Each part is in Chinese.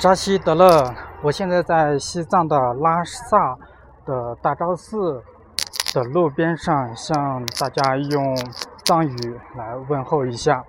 扎西德勒，我现在在西藏的拉萨的大昭寺的路边上，向大家用藏语来问候一下。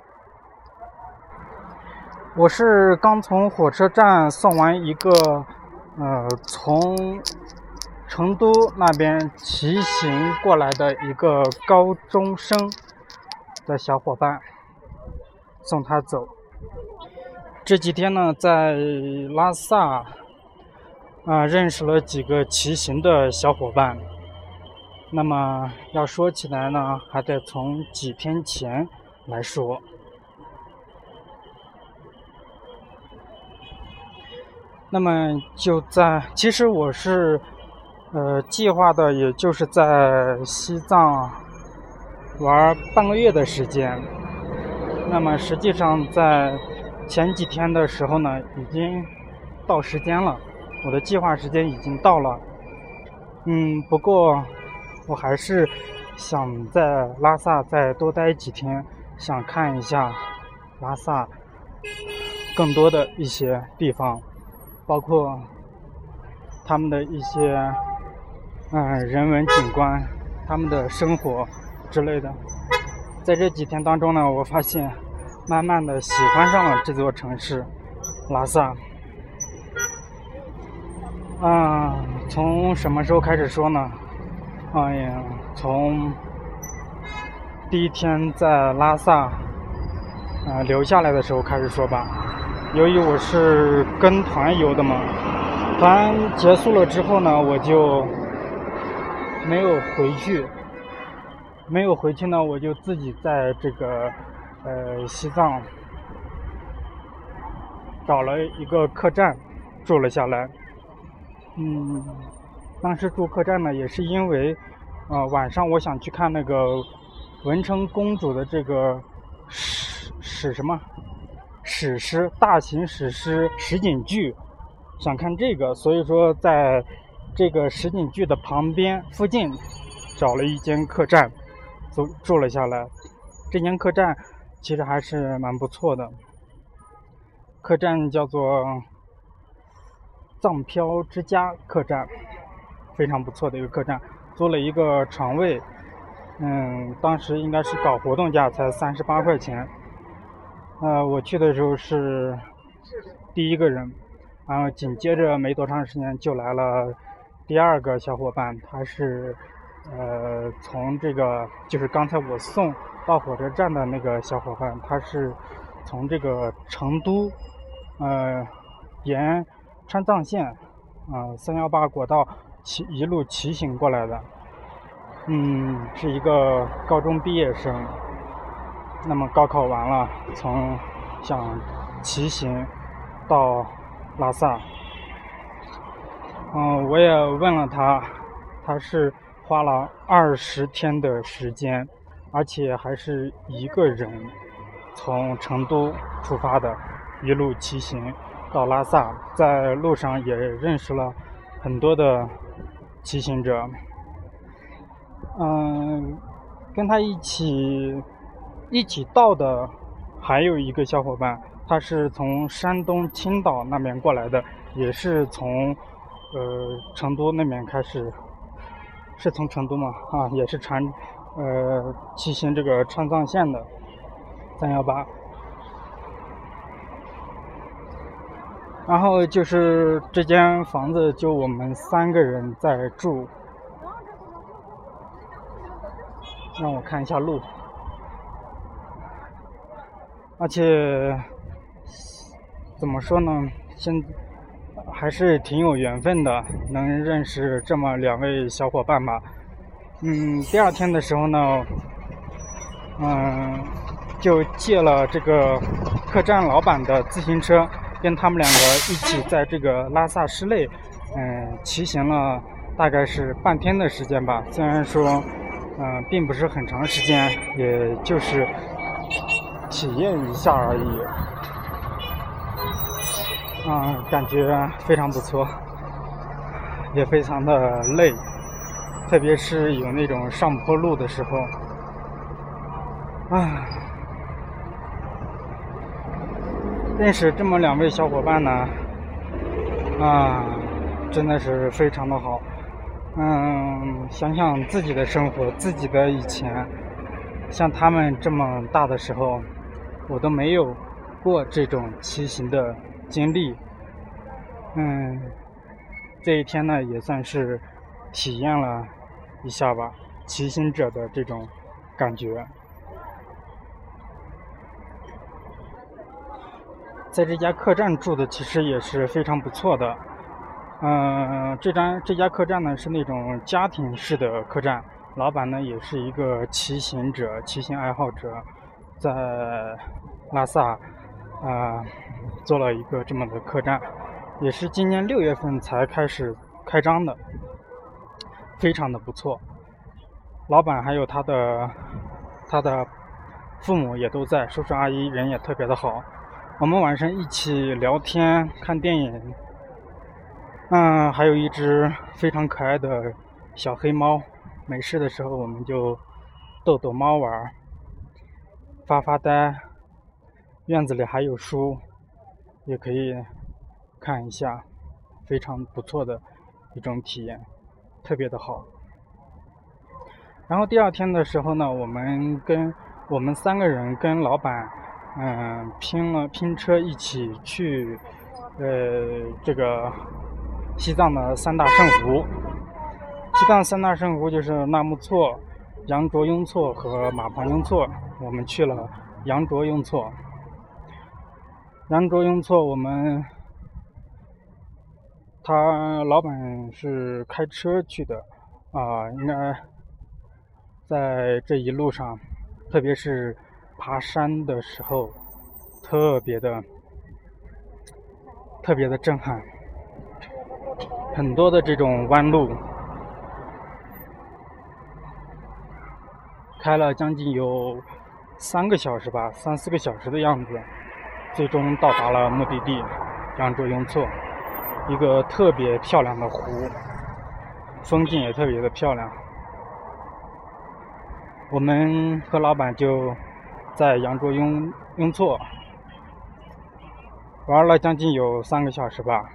我是刚从火车站送完一个从成都那边骑行过来的一个高中生的小伙伴，送他走。这几天呢，在拉萨认识了几个骑行的小伙伴。那么要说起来呢，还得从几天前来说。那么其实我是计划的，也就是在西藏玩半个月的时间。那么实际上在前几天的时候呢，已经到时间了，我的计划时间已经到了。不过我还是想在拉萨再多待几天，想看一下拉萨更多的一些地方，包括他们的一些人文景观，他们的生活之类的。在这几天当中呢，我发现慢慢的喜欢上了这座城市拉萨。从什么时候开始说呢？从第一天在拉萨留下来的时候开始说吧。由于我是跟团游的嘛，团结束了之后呢，我就没有回去呢，我就自己在这个西藏找了一个客栈住了下来。当时住客栈呢，也是因为晚上我想去看那个文成公主的这个大型史诗实景剧，想看这个，所以说在这个实景剧的附近找了一间客栈住了下来。这间客栈其实还是蛮不错的，客栈叫做藏漂之家客栈，非常不错的一个客栈，租了一个床位，当时应该是搞活动价，才38块钱。我去的时候是第一个人，然后紧接着没多长时间就来了第二个小伙伴，他是从这个就是刚才我送到火车站的那个小伙伴，他是从这个成都沿川藏线318国道一路骑行过来的，是一个高中毕业生。那么高考完了，想骑行到拉萨。我也问了他是花了20天的时间，而且还是一个人从成都出发的，一路骑行到拉萨，在路上也认识了很多的骑行者。跟他一起到的还有一个小伙伴，他是从山东青岛那边过来的，也是从成都那边开始，是从成都吗？也是骑行这个川藏线的318。然后就是这间房子就我们3个人在住。让我看一下路，而且怎么说呢，还是挺有缘分的，能认识这么2位小伙伴吧。第二天的时候呢，就借了这个客栈老板的自行车，跟他们2个一起在这个拉萨市内骑行了大概是半天的时间吧。虽然说并不是很长时间，也就是体验一下而已。感觉非常不错，也非常的累，特别是有那种上坡路的时候。 认识这么2位小伙伴呢，真的是非常的好。想想自己的生活，自己的以前，像他们这么大的时候，我都没有过这种骑行的经历。这一天呢，也算是体验了一下吧，骑行者的这种感觉。在这家客栈住的其实也是非常不错的。这家客栈呢是那种家庭式的客栈，老板呢也是一个骑行者、骑行爱好者，在拉萨做了一个这么的客栈，也是今年6月份才开始开张的，非常的不错。老板还有他的父母也都在，叔叔阿姨人也特别的好。我们晚上一起聊天看电影，还有一只非常可爱的小黑猫，没事的时候我们就逗逗猫玩，发呆。院子里还有书，也可以看一下，非常不错的一种体验，特别的好。然后第2天的时候呢，我们3个人跟老板拼车一起去这个西藏的3大圣湖。西藏3大圣湖就是纳木错、羊卓雍措和玛旁雍措。我们去了羊卓雍措。羊卓雍措他老板是开车去的应该在这一路上，特别是爬山的时候，特别的震撼，很多的这种弯路，开了将近有3个小时吧，3-4个小时的样子，最终到达了目的地羊卓雍措，一个特别漂亮的湖，风景也特别的漂亮。我们和老板就在羊卓雍措玩了将近有3个小时吧，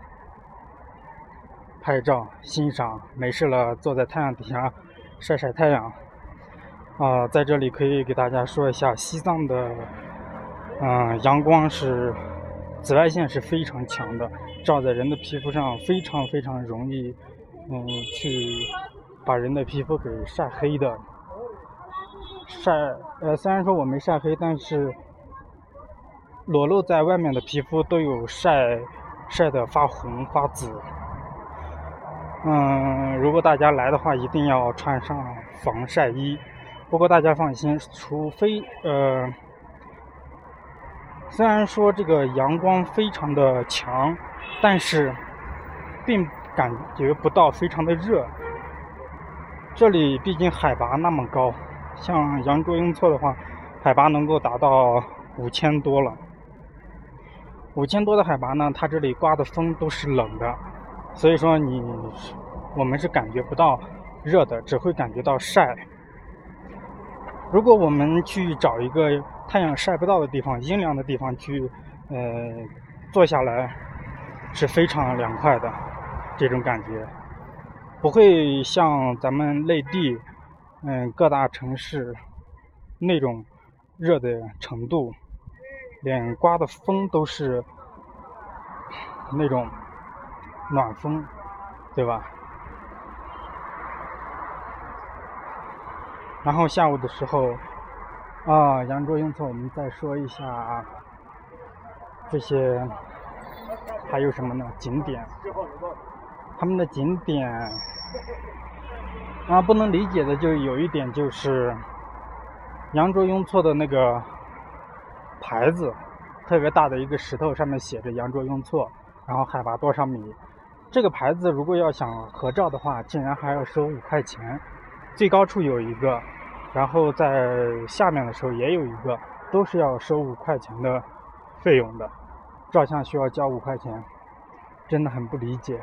拍照欣赏，没事了坐在太阳底下晒晒太阳。在这里可以给大家说一下，西藏的阳光是紫外线是非常强的，照在人的皮肤上非常容易去把人的皮肤给晒黑的。虽然说我没晒黑，但是裸露在外面的皮肤都有晒得发红发紫。如果大家来的话，一定要穿上防晒衣。不过大家放心，除非虽然说这个阳光非常的强，但是并感觉不到非常的热。这里毕竟海拔那么高，像羊卓雍措的话，海拔能够达到5000多了。5000多的海拔呢，它这里刮的风都是冷的，所以说我们是感觉不到热的，只会感觉到晒。如果我们去找一个太阳晒不到的地方，阴凉的地方去坐下来，是非常凉快的这种感觉，不会像咱们内地各大城市那种热的程度，连刮的风都是那种暖风，对吧？然后下午的时候羊卓雍措我们再说一下这些还有什么呢？景点，他们的景点不能理解的就有一点，就是羊卓雍措的那个牌子，特别大的一个石头，上面写着羊卓雍措，然后海拔多少米。这个牌子如果要想合照的话，竟然还要收5块钱，最高处有一个，然后在下面的时候也有一个，都是要收5块钱的费用的，照相需要交5块钱，真的很不理解。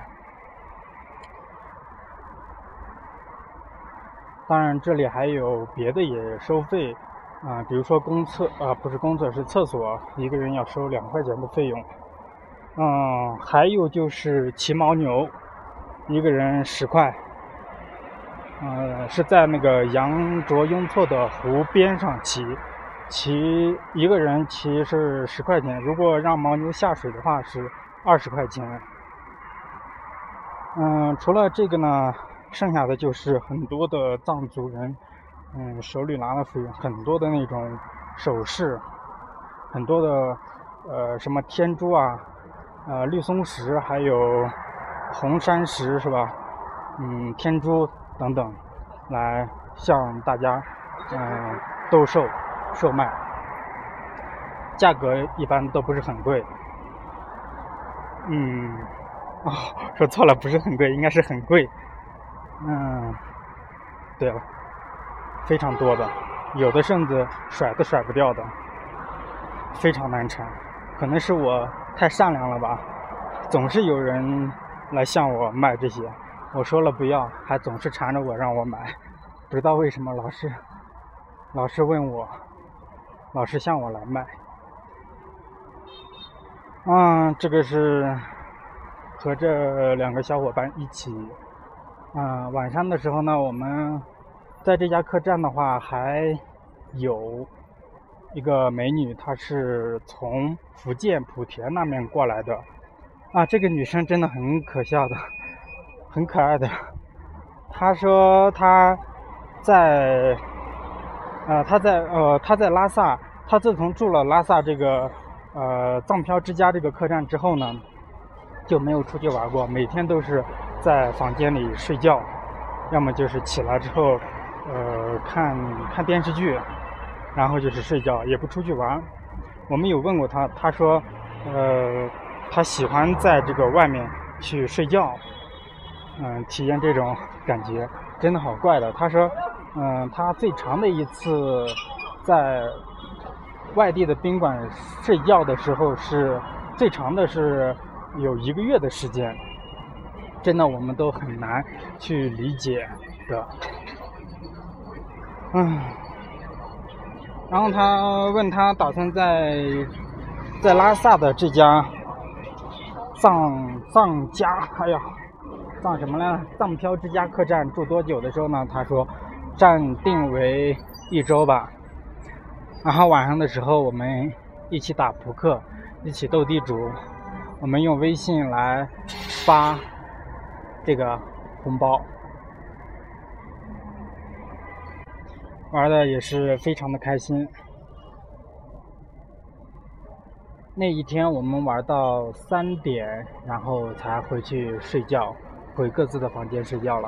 当然这里还有别的也收费， 比如说公厕不是公厕是厕所，一个人要收2块钱的费用。还有就是骑牦牛，一个人10块。是在那个羊卓雍措的湖边上骑一个人骑是10块钱，如果让牦牛下水的话是20块钱。除了这个呢，剩下的就是很多的藏族人，手里拿了很多的那种首饰，很多的什么天珠啊，绿松石，还有红山石是吧？天珠等等，来向大家售卖，价格一般都不是很贵。说错了，不是很贵，应该是很贵。对了，非常多的，有的甚至甩都甩不掉的，非常难缠。可能是我太善良了吧，总是有人来向我卖这些，我说了不要，还总是缠着我让我买，不知道为什么老是问我，老是向我来卖。这个是和这2个小伙伴一起。晚上的时候呢，我们在这家客栈的话，还有一个美女，她是从福建莆田那边过来的。这个女生真的很可笑的，很可爱的。她说她在拉萨，她自从住了拉萨这个藏漂之家这个客栈之后呢，就没有出去玩过，每天都是在房间里睡觉，要么就是起来之后看电视剧，然后就是睡觉，也不出去玩。我们有问过他，他说他喜欢在这个外面去睡觉，体验这种感觉，真的好怪的。他说他最长的一次在外地的宾馆睡觉的时候是最长的是有1个月的时间，真的我们都很难去理解的。然后他问他打算在拉萨的这家藏什么呢？藏漂之家客栈住多久的时候呢？他说暂定为1周吧。然后晚上的时候我们一起打扑克，一起斗地主，我们用微信来发这个红包，玩的也是非常的开心。那一天我们玩到3点，然后才回去睡觉，回各自的房间睡觉了。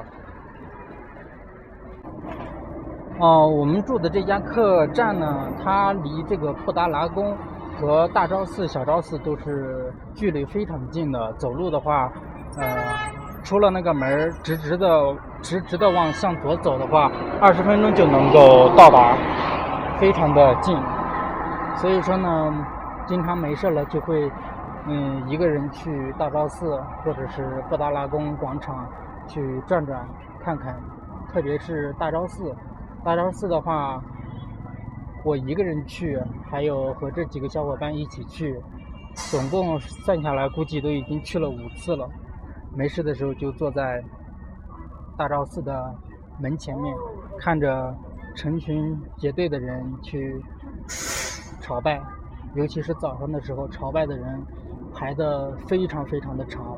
我们住的这家客栈呢，它离这个布达拉宫和大昭寺、小昭寺都是距离非常近的。走路的话，出了那个门，直直的往向左走的话，20分钟就能够到达，非常的近。所以说呢，经常没事了就会一个人去大昭寺或者是布达拉宫广场去转转看看，特别是大昭寺。大昭寺的话，我一个人去，还有和这几个小伙伴一起去，总共算下来估计都已经去了5次了。没事的时候就坐在大昭寺的门前面，看着成群结队的人去朝拜，尤其是早上的时候，朝拜的人排得非常非常的长。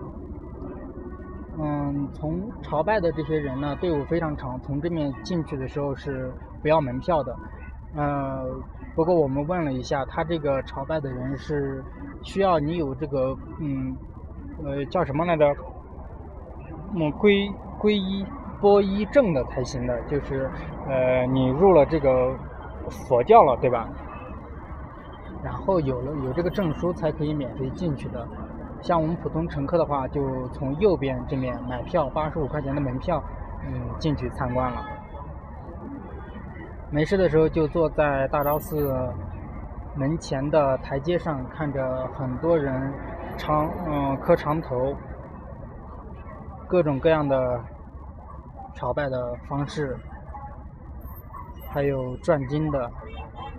从朝拜的这些人呢，队伍非常长，从这面进去的时候是不要门票的。不过我们问了一下，他这个朝拜的人是需要你有这个叫什么来着？皈依钵依证的才行的，就是你入了这个佛教了，对吧？然后有这个证书才可以免费进去的。像我们普通乘客的话，就从右边这面买票，85块钱的门票，进去参观了。没事的时候就坐在大昭寺门前的台阶上，看着很多人磕长头，各种各样的朝拜的方式，还有转经的，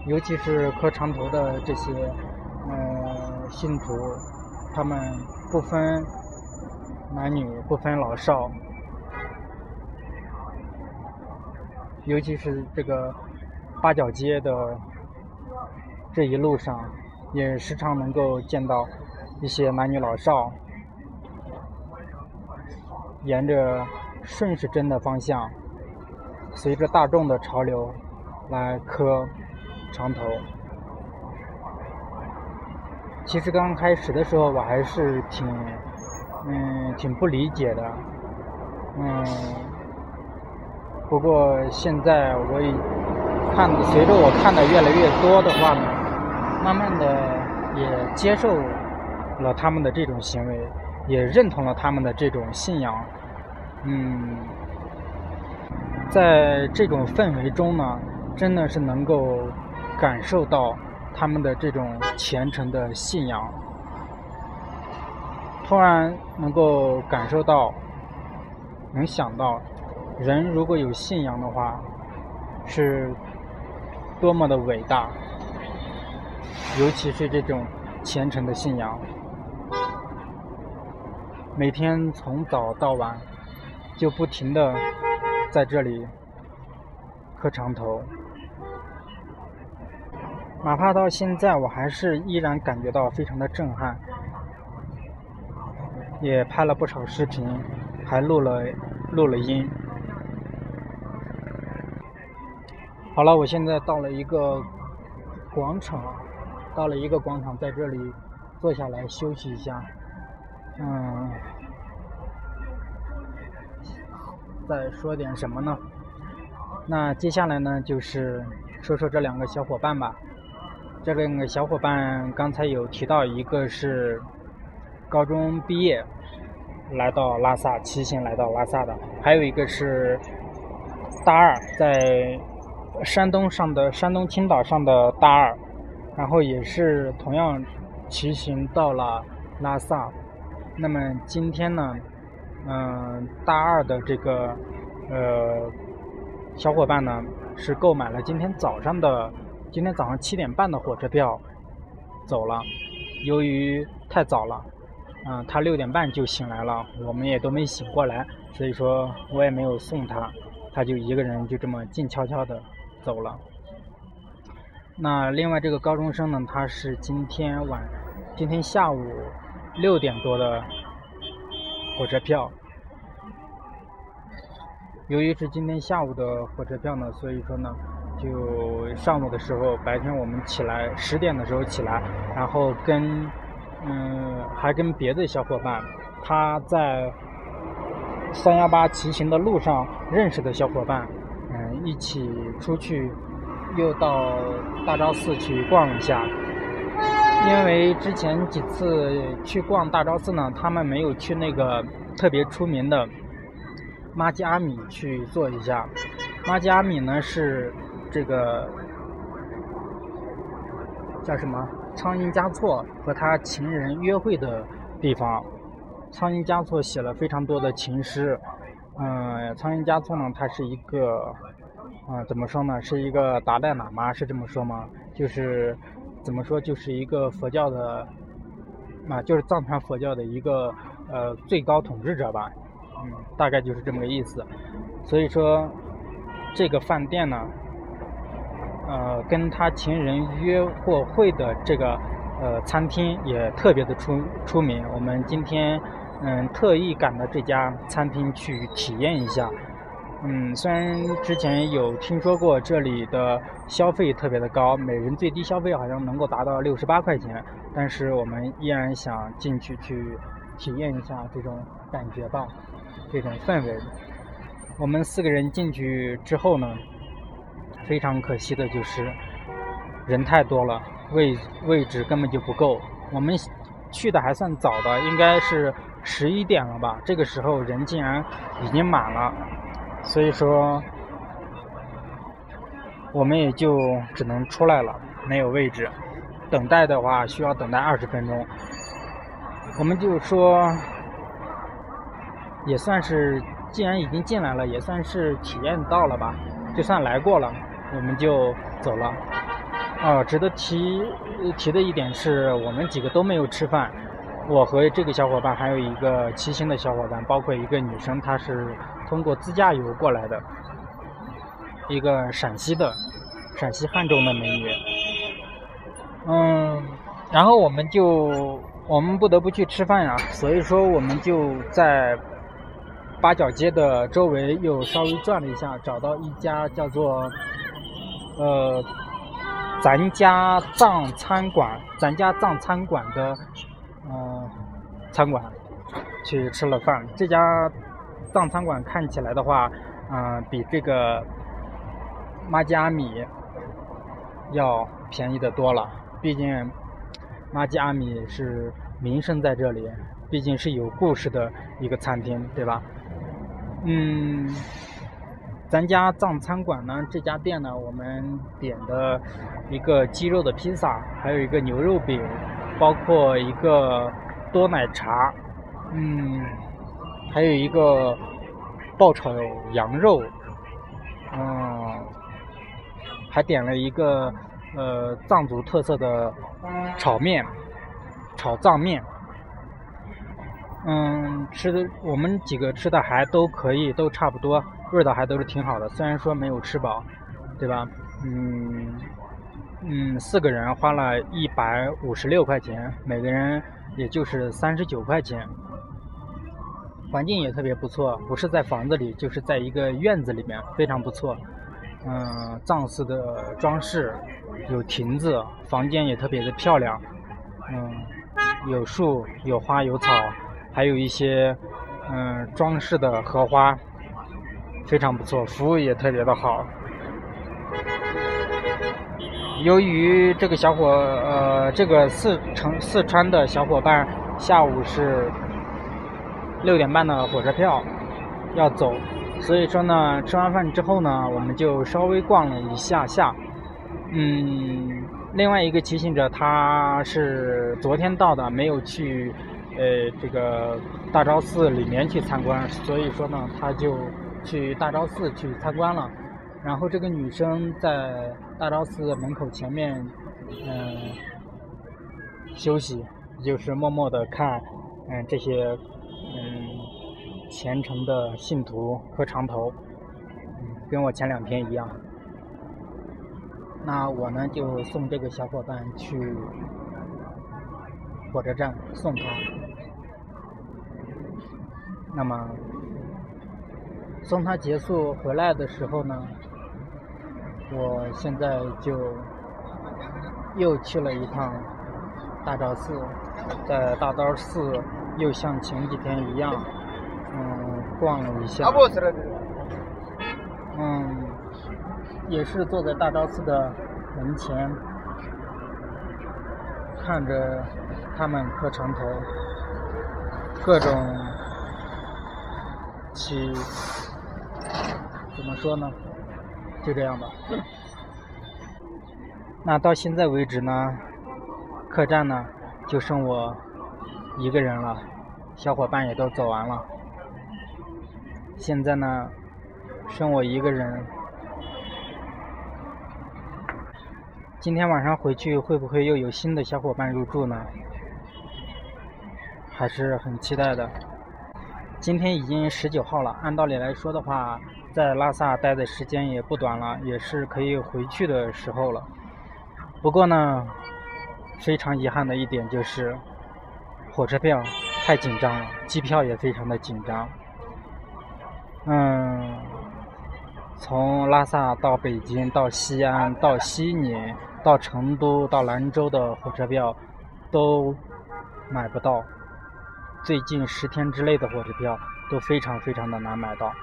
尤其是磕长头的这些信徒，他们不分男女，不分老少，尤其是这个八角街的这一路上，也时常能够见到一些男女老少沿着顺时针的方向，随着大众的潮流来磕长头。其实刚开始的时候我还是挺不理解的，不过现在随着我看的越来越多的话呢，慢慢的也接受了他们的这种行为，也认同了他们的这种信仰。在这种氛围中呢，真的是能够感受到他们的这种虔诚的信仰，突然能够感受到，能想到人如果有信仰的话是多么的伟大，尤其是这种虔诚的信仰，每天从早到晚就不停的在这里磕长头。哪怕到现在我还是依然感觉到非常的震撼，也拍了不少视频，还录了音。好了，我现在到了一个广场，在这里坐下来休息一下。再说点什么呢？那接下来呢，就是说说这两个小伙伴吧。这两个小伙伴刚才有提到，一个是高中毕业来到拉萨，骑行来到拉萨的，还有一个是大二，在山东青岛上的大二，然后也是同样骑行到了拉萨。那么今天呢，大二的这个小伙伴呢是购买了今天早上7点半的火车票走了。由于太早了，他6点半就醒来了，我们也都没醒过来，所以说我也没有送他，他就一个人就这么静悄悄的走了。那另外这个高中生呢，他是今天下午6点多的火车票。由于是今天下午的火车票呢，所以说呢，就上午的时候，白天我们起来10点的时候起来，然后还跟别的小伙伴，他在318骑行的路上认识的小伙伴，一起出去，又到大昭寺去逛一下。因为之前几次去逛大昭寺呢，他们没有去那个特别出名的玛吉阿米去坐一下。玛吉阿米呢是这个叫什么仓央嘉措和他情人约会的地方。仓央嘉措写了非常多的情诗。仓央嘉措呢，他是一个怎么说呢，是一个达赖喇嘛，是这么说吗？就是怎么说，就是一个佛教的就是藏传佛教的一个最高统治者吧。大概就是这么个意思。所以说这个饭店呢，跟他情人约过会的这个餐厅也特别的出名。我们今天特意赶到这家餐厅去体验一下。虽然之前有听说过这里的消费特别的高，每人最低消费好像能够达到68块钱，但是我们依然想进去体验一下这种感觉吧，这种氛围。我们4个人进去之后呢，非常可惜的就是人太多了，位置根本就不够。我们去的还算早的，应该是11点了吧，这个时候人竟然已经满了，所以说我们也就只能出来了，没有位置。等待的话需要等待20分钟。我们就说也算是，既然已经进来了，也算是体验到了吧，就算来过了，我们就走了。 值得提的一点是我们几个都没有吃饭，我和这个小伙伴还有一个骑行的小伙伴，包括一个女生，她是通过自驾游过来的，一个陕西汉中的美女。然后我们不得不去吃饭呀，所以说我们就在八角街的周围又稍微转了一下，找到一家叫做咱家藏餐馆的餐馆去吃了饭。这家藏餐馆看起来的话，比这个玛吉阿米要便宜的多了，毕竟玛吉阿米是名声在这里，毕竟是有故事的一个餐厅，对吧？咱家藏餐馆呢，这家店呢，我们点的一个鸡肉的披萨，还有一个牛肉饼，包括一个多奶茶，还有一个爆炒羊肉，还点了一个藏族特色的炒藏面。我们几个吃的还都可以，都差不多，味道还都是挺好的，虽然说没有吃饱，对吧？4个人花了156块钱，每个人也就是39块钱。环境也特别不错，不是在房子里，就是在一个院子里面，非常不错。藏式的装饰，有亭子，房间也特别的漂亮。有树，有花，有草，还有一些装饰的荷花，非常不错，服务也特别的好。由于这个这个四川的小伙伴下午是6点半的火车票要走，所以说呢，吃完饭之后呢，我们就稍微逛了一下。另外一个骑行者他是昨天到的，没有去这个大昭寺里面去参观，所以说呢，他就去大昭寺去参观了。然后这个女生在大昭寺门口前面休息，就是默默的看这些虔诚的信徒磕长头，跟我前2天一样。那我呢就送这个小伙伴去火车站送他。那么送他结束回来的时候呢，我现在就又去了一趟大昭寺，在大昭寺又像前几天一样逛了一下，也是坐在大昭寺的门前，看着他们磕长头，各种怎么说呢，就这样吧。那到现在为止呢，客栈呢就剩我一个人了，小伙伴也都走完了，现在呢剩我一个人。今天晚上回去会不会又有新的小伙伴入住呢？还是很期待的。今天已经19号了，按道理来说的话，在拉萨待的时间也不短了，也是可以回去的时候了。不过呢，非常遗憾的一点就是火车票太紧张了，机票也非常的紧张。从拉萨到北京，到西安，到西宁，到成都，到兰州的火车票都买不到，最近10天之内的火车票都非常非常的难买到。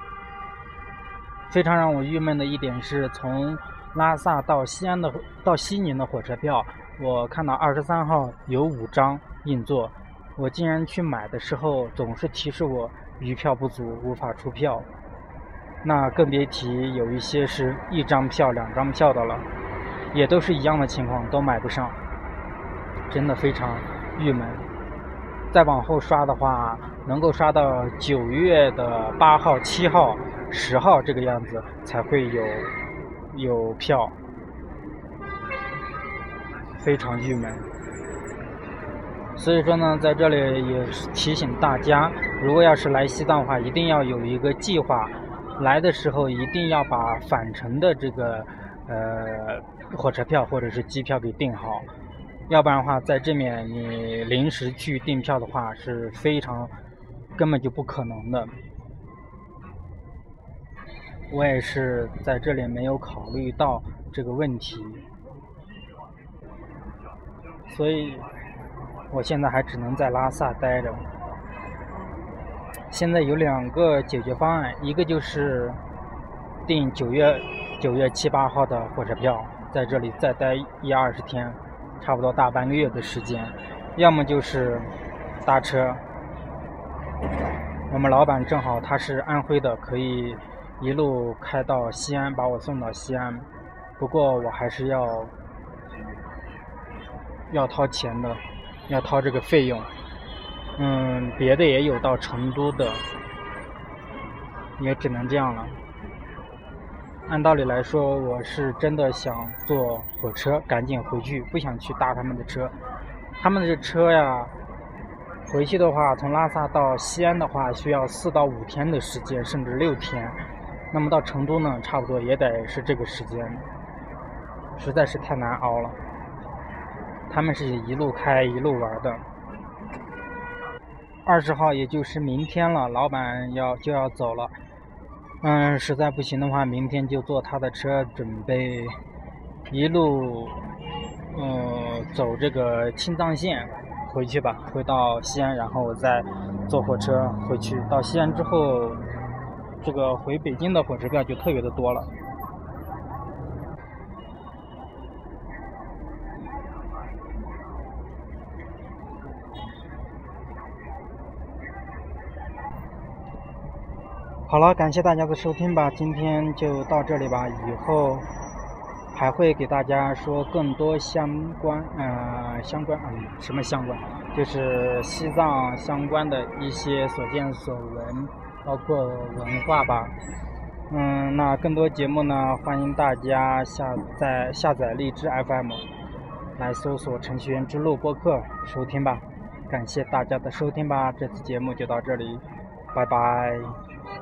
非常让我郁闷的一点是，从拉萨到西宁的火车票，我看到23号有5张硬座，我竟然去买的时候总是提示我余票不足，无法出票。那更别提有一些是1张票、2张票的了，也都是一样的情况，都买不上，真的非常郁闷。再往后刷的话，能够刷到9月的8号、7号、10号这个样子才会有票。 非常郁闷。所以说呢，在这里也是提醒大家，如果要是来西藏的话，一定要有一个计划，来的时候一定要把返程的这个火车票或者是机票给订好，要不然的话，在这面你临时去订票的话是根本就不可能的。我也是在这里没有考虑到这个问题，所以我现在还只能在拉萨待着。现在有2个解决方案，一个就是订9月7、8号的火车票，在这里再待10-20天，差不多大半个月的时间；要么就是搭车。我们老板正好他是安徽的，可以一路开到西安，把我送到西安。不过我还是要掏钱的，要掏这个费用。别的也有到成都的，也只能这样了。按道理来说，我是真的想坐火车赶紧回去，不想去搭他们的车。他们的车呀，回去的话，从拉萨到西安的话，需要4到5天的时间，甚至6天。那么到成都呢，差不多也得是这个时间，实在是太难熬了。他们是一路开一路玩的。20号也就是明天了，老板就要走了。实在不行的话，明天就坐他的车，准备一路走这个青藏线回去吧，回到西安，然后我再坐火车回去。到西安之后，这个回北京的火车票就特别的多了。好了，感谢大家的收听吧，今天就到这里吧，以后还会给大家说更多相关，就是西藏相关的一些所见所闻，包括文化吧。那更多节目呢，欢迎大家下载荔枝 FM， 来搜索程序员之路播客收听吧。感谢大家的收听吧，这次节目就到这里，拜拜。